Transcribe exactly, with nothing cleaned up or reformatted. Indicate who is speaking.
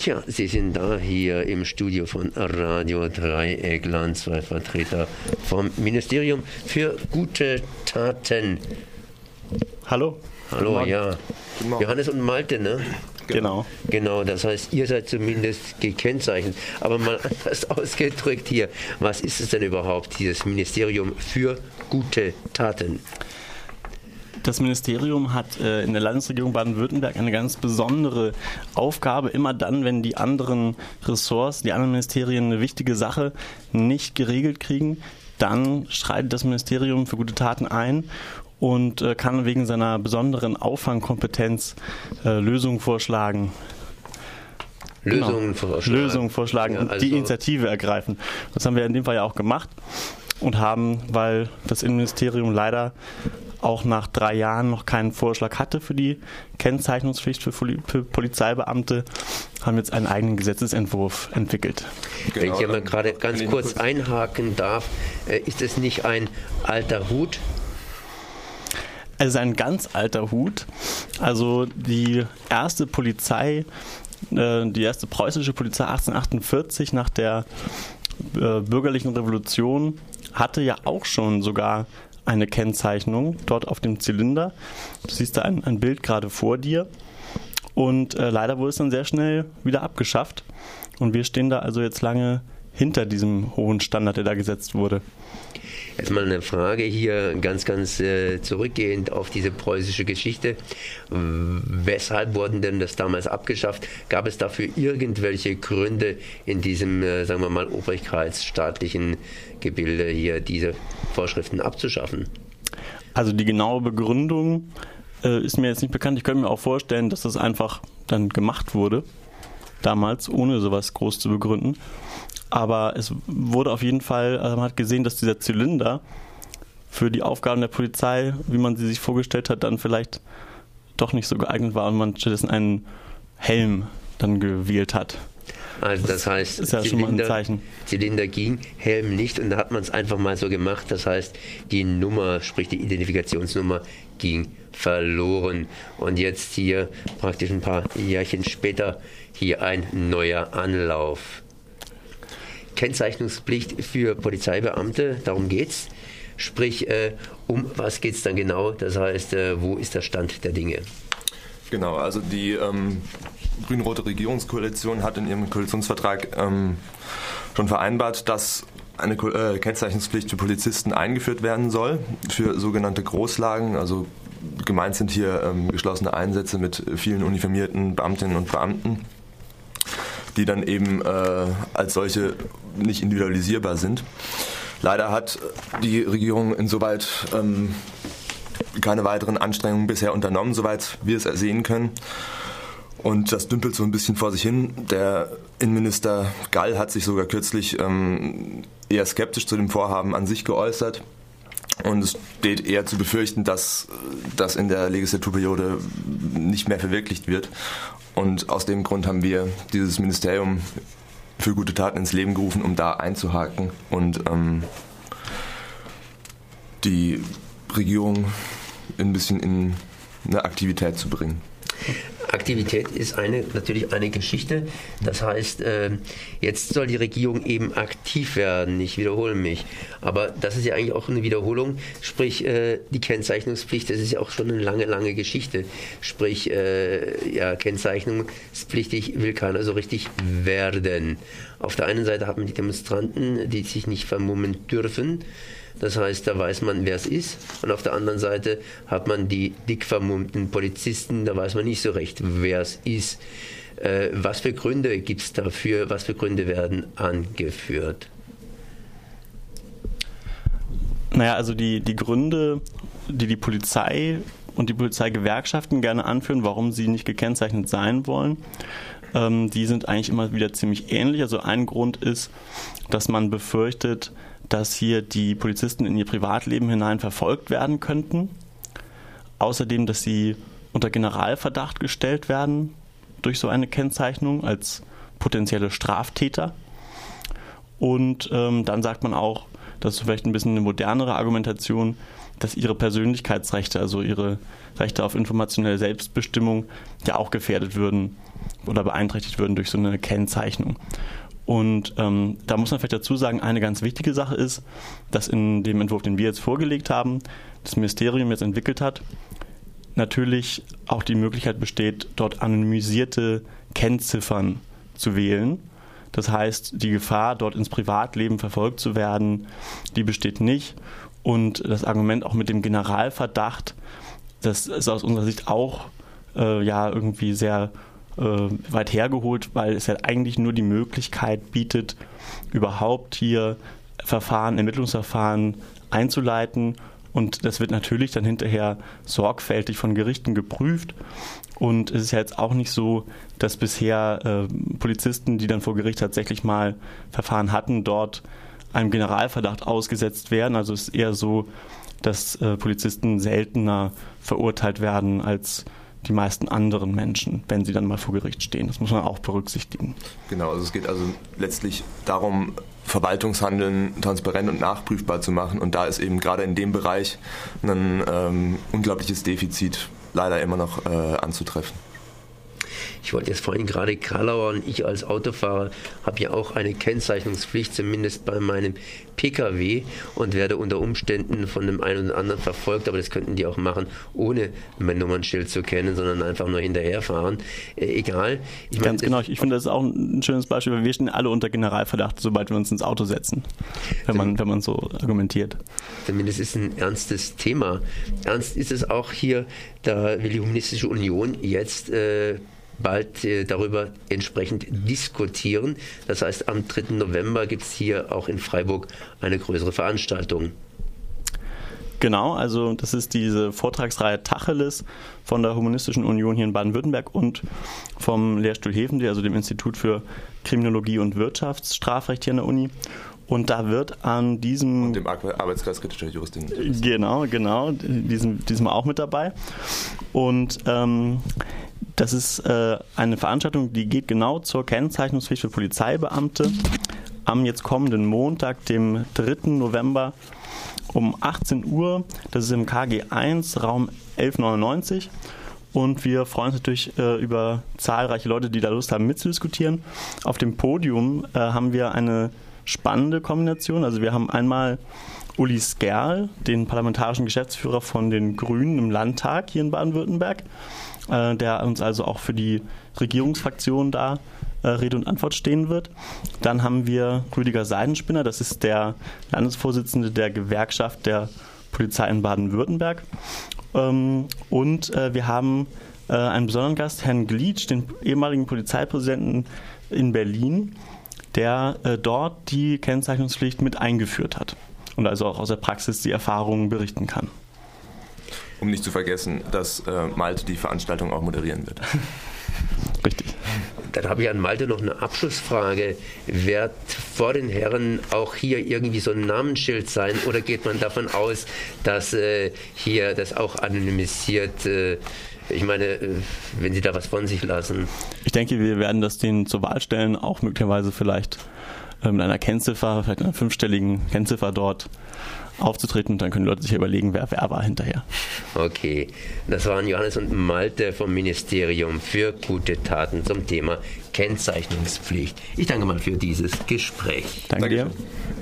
Speaker 1: Tja, Sie sind da hier im Studio von Radio Dreieckland, zwei Vertreter vom Ministerium für gute Taten.
Speaker 2: Hallo.
Speaker 1: Hallo, ja. Johannes und Malte, ne?
Speaker 2: Genau.
Speaker 1: Genau, das heißt, ihr seid zumindest gekennzeichnet. Aber mal anders ausgedrückt hier, was ist es denn überhaupt, dieses Ministerium für gute Taten?
Speaker 2: Das Ministerium hat äh, in der Landesregierung Baden-Württemberg eine ganz besondere Aufgabe. Immer dann, wenn die anderen Ressorts, die anderen Ministerien eine wichtige Sache nicht geregelt kriegen, dann schreitet das Ministerium für gute Taten ein und äh, kann wegen seiner besonderen Auffangkompetenz äh, Lösungen vorschlagen.
Speaker 1: Lösungen
Speaker 2: genau.
Speaker 1: vorschlagen.
Speaker 2: Lösungen vorschlagen
Speaker 1: ja,
Speaker 2: und
Speaker 1: also
Speaker 2: die Initiative ergreifen. Das haben wir in dem Fall ja auch gemacht und haben, weil das Innenministerium leider auch nach drei Jahren noch keinen Vorschlag hatte für die Kennzeichnungspflicht für, für Polizeibeamte, haben jetzt einen eigenen Gesetzesentwurf entwickelt.
Speaker 1: Genau, wenn ich aber gerade ganz kurz einhaken darf, ist es nicht ein alter Hut?
Speaker 2: Es ist ein ganz alter Hut. Also die erste Polizei, die erste preußische Polizei achtzehnhundertachtundvierzig nach der bürgerlichen Revolution hatte ja auch schon sogar eine Kennzeichnung dort auf dem Zylinder. Du siehst da ein, ein Bild gerade vor dir. Und äh, leider wurde es dann sehr schnell wieder abgeschafft. Und wir stehen da also jetzt lange hinter diesem hohen Standard, der da gesetzt wurde.
Speaker 1: Jetzt mal eine Frage hier, ganz, ganz äh, zurückgehend auf diese preußische Geschichte. Weshalb wurden denn das damals abgeschafft? Gab es dafür irgendwelche Gründe in diesem, äh, sagen wir mal, obrigkeitsstaatlichen Gebilde hier, diese Vorschriften abzuschaffen?
Speaker 2: Also die genaue Begründung äh, ist mir jetzt nicht bekannt. Ich könnte mir auch vorstellen, dass das einfach dann gemacht wurde, damals, ohne sowas groß zu begründen. Aber es wurde auf jeden Fall, also man hat gesehen, dass dieser Zylinder für die Aufgaben der Polizei, wie man sie sich vorgestellt hat, dann vielleicht doch nicht so geeignet war und man stattdessen einen Helm dann gewählt hat.
Speaker 1: Also das heißt,
Speaker 2: das ist ja
Speaker 1: Zylinder,
Speaker 2: schon mal ein Zeichen.
Speaker 1: Zylinder ging, Helm nicht, und da hat man es einfach mal so gemacht. Das heißt, die Nummer, sprich die Identifikationsnummer, ging verloren. Und jetzt hier praktisch ein paar Jährchen später hier ein neuer Anlauf. Kennzeichnungspflicht für Polizeibeamte, darum geht's. Sprich, äh, um was geht's dann genau? Das heißt, äh, wo ist der Stand der Dinge?
Speaker 3: Genau, also die ähm, grün-rote Regierungskoalition hat in ihrem Koalitionsvertrag ähm, schon vereinbart, dass eine äh, Kennzeichnungspflicht für Polizisten eingeführt werden soll, für sogenannte Großlagen. Also gemeint sind hier ähm, geschlossene Einsätze mit vielen uniformierten Beamtinnen und Beamten, die dann eben äh, als solche nicht individualisierbar sind. Leider hat die Regierung insoweit ähm, keine weiteren Anstrengungen bisher unternommen, soweit wir es ersehen können. Und das dümpelt so ein bisschen vor sich hin. Der Innenminister Gall hat sich sogar kürzlich ähm, eher skeptisch zu dem Vorhaben an sich geäußert. Und es steht eher zu befürchten, dass das in der Legislaturperiode nicht mehr verwirklicht wird. Und aus dem Grund haben wir dieses Ministerium für gute Taten ins Leben gerufen, um da einzuhaken und ähm, die Regierung ein bisschen in eine Aktivität zu bringen.
Speaker 1: Aktivität ist eine, natürlich eine Geschichte. Das heißt, äh, jetzt soll die Regierung eben aktiv werden. Ich wiederhole mich. Aber das ist ja eigentlich auch eine Wiederholung. Sprich, äh, die Kennzeichnungspflicht, das ist ja auch schon eine lange, lange Geschichte. Sprich, äh, ja, kennzeichnungspflichtig will keiner so richtig werden. Auf der einen Seite hat man die Demonstranten, die sich nicht vermummen dürfen. Das heißt, da weiß man, wer es ist. Und auf der anderen Seite hat man die dick vermummten Polizisten, da weiß man nicht so recht, wer es ist. Äh, was für Gründe gibt es dafür? Was für Gründe werden angeführt?
Speaker 2: Naja, also die, die Gründe, die die Polizei und die Polizeigewerkschaften gerne anführen, warum sie nicht gekennzeichnet sein wollen, ähm, die sind eigentlich immer wieder ziemlich ähnlich. Also ein Grund ist, dass man befürchtet, dass hier die Polizisten in ihr Privatleben hinein verfolgt werden könnten. Außerdem, dass sie unter Generalverdacht gestellt werden durch so eine Kennzeichnung als potenzielle Straftäter. Und ähm, dann sagt man auch, das ist vielleicht ein bisschen eine modernere Argumentation, dass ihre Persönlichkeitsrechte, also ihre Rechte auf informationelle Selbstbestimmung, ja auch gefährdet würden oder beeinträchtigt würden durch so eine Kennzeichnung. Und ähm, da muss man vielleicht dazu sagen, eine ganz wichtige Sache ist, dass in dem Entwurf, den wir jetzt vorgelegt haben, das Ministerium jetzt entwickelt hat, natürlich auch die Möglichkeit besteht, dort anonymisierte Kennziffern zu wählen. Das heißt, die Gefahr, dort ins Privatleben verfolgt zu werden, die besteht nicht. Und das Argument auch mit dem Generalverdacht, das ist aus unserer Sicht auch äh, ja irgendwie sehr äh, weit hergeholt, weil es ja eigentlich nur die Möglichkeit bietet, überhaupt hier Verfahren, Ermittlungsverfahren einzuleiten. Und das wird natürlich dann hinterher sorgfältig von Gerichten geprüft. Und es ist ja jetzt auch nicht so, dass bisher äh, Polizisten, die dann vor Gericht tatsächlich mal Verfahren hatten, dort einem Generalverdacht ausgesetzt werden. Also es ist eher so, dass äh, Polizisten seltener verurteilt werden als die meisten anderen Menschen, wenn sie dann mal vor Gericht stehen. Das muss man auch berücksichtigen.
Speaker 3: Genau, also es geht also letztlich darum, Verwaltungshandeln transparent und nachprüfbar zu machen. Und da ist eben gerade in dem Bereich ein ähm, unglaubliches Defizit leider immer noch äh, anzutreffen.
Speaker 1: Ich wollte jetzt vorhin gerade Karlauer, ich als Autofahrer habe ja auch eine Kennzeichnungspflicht, zumindest bei meinem P K W, und werde unter Umständen von dem einen oder anderen verfolgt, aber das könnten die auch machen, ohne mein Nummernschild zu kennen, sondern einfach nur hinterherfahren. Äh, egal.
Speaker 2: Ich Ganz meine, genau, ich finde das ist auch ein schönes Beispiel, weil wir stehen alle unter Generalverdacht, sobald wir uns ins Auto setzen, wenn man, wenn man so argumentiert.
Speaker 1: Zumindest ist ein ernstes Thema. Ernst ist es auch hier, da will die Humanistische Union jetzt äh, bald äh, darüber entsprechend diskutieren. Das heißt, am dritten November gibt es hier auch in Freiburg eine größere Veranstaltung.
Speaker 2: Genau, also das ist diese Vortragsreihe Tacheles von der Humanistischen Union hier in Baden-Württemberg und vom Lehrstuhl Hefendy, also dem Institut für Kriminologie und Wirtschaftsstrafrecht hier an der Uni. Und da wird an diesem...
Speaker 3: Und dem Arbeitskreis kritischer Juristin.
Speaker 2: Genau, genau, diesem, diesem auch mit dabei. Und ähm, das ist äh, eine Veranstaltung, die geht genau zur Kennzeichnungspflicht für Polizeibeamte am jetzt kommenden Montag, dem dritten November um achtzehn Uhr. Das ist im K G eins, Raum elf neunundneunzig. Und wir freuen uns natürlich äh, über zahlreiche Leute, die da Lust haben mitzudiskutieren. Auf dem Podium äh, haben wir eine spannende Kombination. Also wir haben einmal Uli Skerl, den parlamentarischen Geschäftsführer von den Grünen im Landtag hier in Baden-Württemberg, äh, der uns also auch für die Regierungsfraktion da äh, Rede und Antwort stehen wird. Dann haben wir Rüdiger Seidenspinner, das ist der Landesvorsitzende der Gewerkschaft der Polizei in Baden-Württemberg. Ähm, und äh, wir haben äh, einen besonderen Gast, Herrn Glitsch, den ehemaligen Polizeipräsidenten in Berlin, der äh, dort die Kennzeichnungspflicht mit eingeführt hat und also auch aus der Praxis die Erfahrungen berichten kann.
Speaker 3: Um nicht zu vergessen, dass äh, Malte die Veranstaltung auch moderieren wird.
Speaker 2: Richtig.
Speaker 1: Dann habe ich an Malte noch eine Abschlussfrage. Wird vor den Herren auch hier irgendwie so ein Namensschild sein oder geht man davon aus, dass äh, hier das auch anonymisiert äh, Ich meine, wenn Sie da was von sich lassen.
Speaker 2: Ich denke, wir werden das denen zur Wahl stellen, auch möglicherweise vielleicht mit einer Kennziffer, vielleicht einer fünfstelligen Kennziffer dort aufzutreten. Und dann können die Leute sich überlegen, wer wer war hinterher.
Speaker 1: Okay, das waren Johannes und Malte vom Ministerium für gute Taten zum Thema Kennzeichnungspflicht. Ich danke mal für dieses Gespräch.
Speaker 2: Danke dir.